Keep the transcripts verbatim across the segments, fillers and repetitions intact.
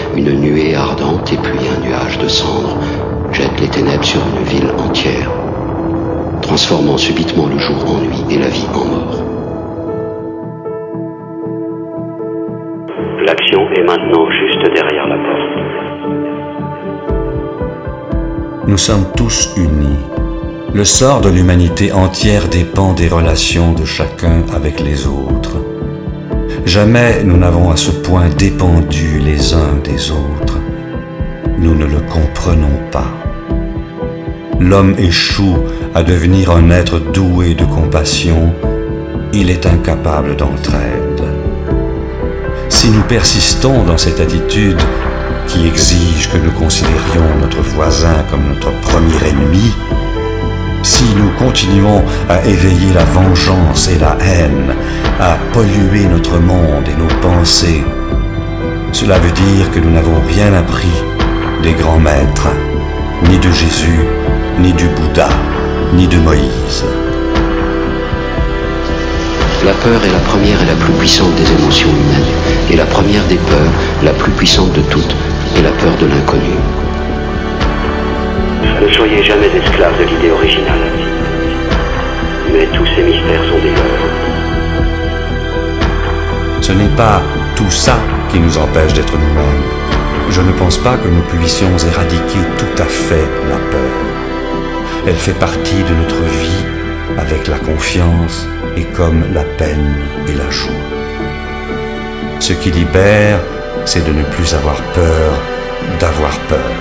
une nuée ardente et puis un nuage de cendres jette les ténèbres sur une ville entière, transformant subitement le jour en nuit et la vie en mort. L'action est maintenant juste derrière la porte. Nous sommes tous unis. Le sort de l'humanité entière dépend des relations de chacun avec les autres. Jamais nous n'avons à ce point dépendu les uns des autres. Nous ne le comprenons pas. L'homme échoue à devenir un être doué de compassion. Il est incapable d'entraide. Si nous persistons dans cette attitude qui exige que nous considérions notre voisin comme notre premier ennemi, si nous continuons à éveiller la vengeance et la haine, à polluer notre monde et nos pensées, cela veut dire que nous n'avons rien appris des grands maîtres, ni de Jésus, ni du Bouddha, ni de Moïse. La peur est la première et la plus puissante des émotions humaines, et la première des peurs, la plus puissante de toutes, est la peur de l'inconnu. Ne soyez jamais esclaves de l'idée originale. Mais tous ces mystères sont des leurres. Ce n'est pas tout ça qui nous empêche d'être nous-mêmes. Je ne pense pas que nous puissions éradiquer tout à fait la peur. Elle fait partie de notre vie avec la confiance et comme la peine et la joie. Ce qui libère, c'est de ne plus avoir peur d'avoir peur.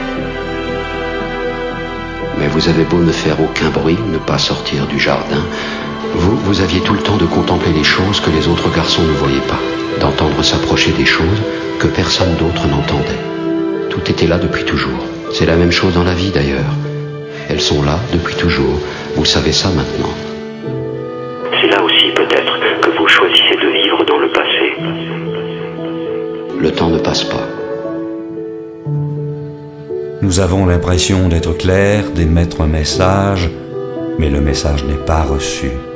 Mais vous avez beau ne faire aucun bruit, ne pas sortir du jardin, vous, vous aviez tout le temps de contempler les choses que les autres garçons ne voyaient pas, d'entendre s'approcher des choses que personne d'autre n'entendait. Tout était là depuis toujours. C'est la même chose dans la vie d'ailleurs. Elles sont là depuis toujours. Vous savez ça maintenant. C'est là aussi peut-être que vous choisissez de vivre dans le passé. Le temps ne passe pas. Nous avons l'impression d'être clairs, d'émettre un message, mais le message n'est pas reçu.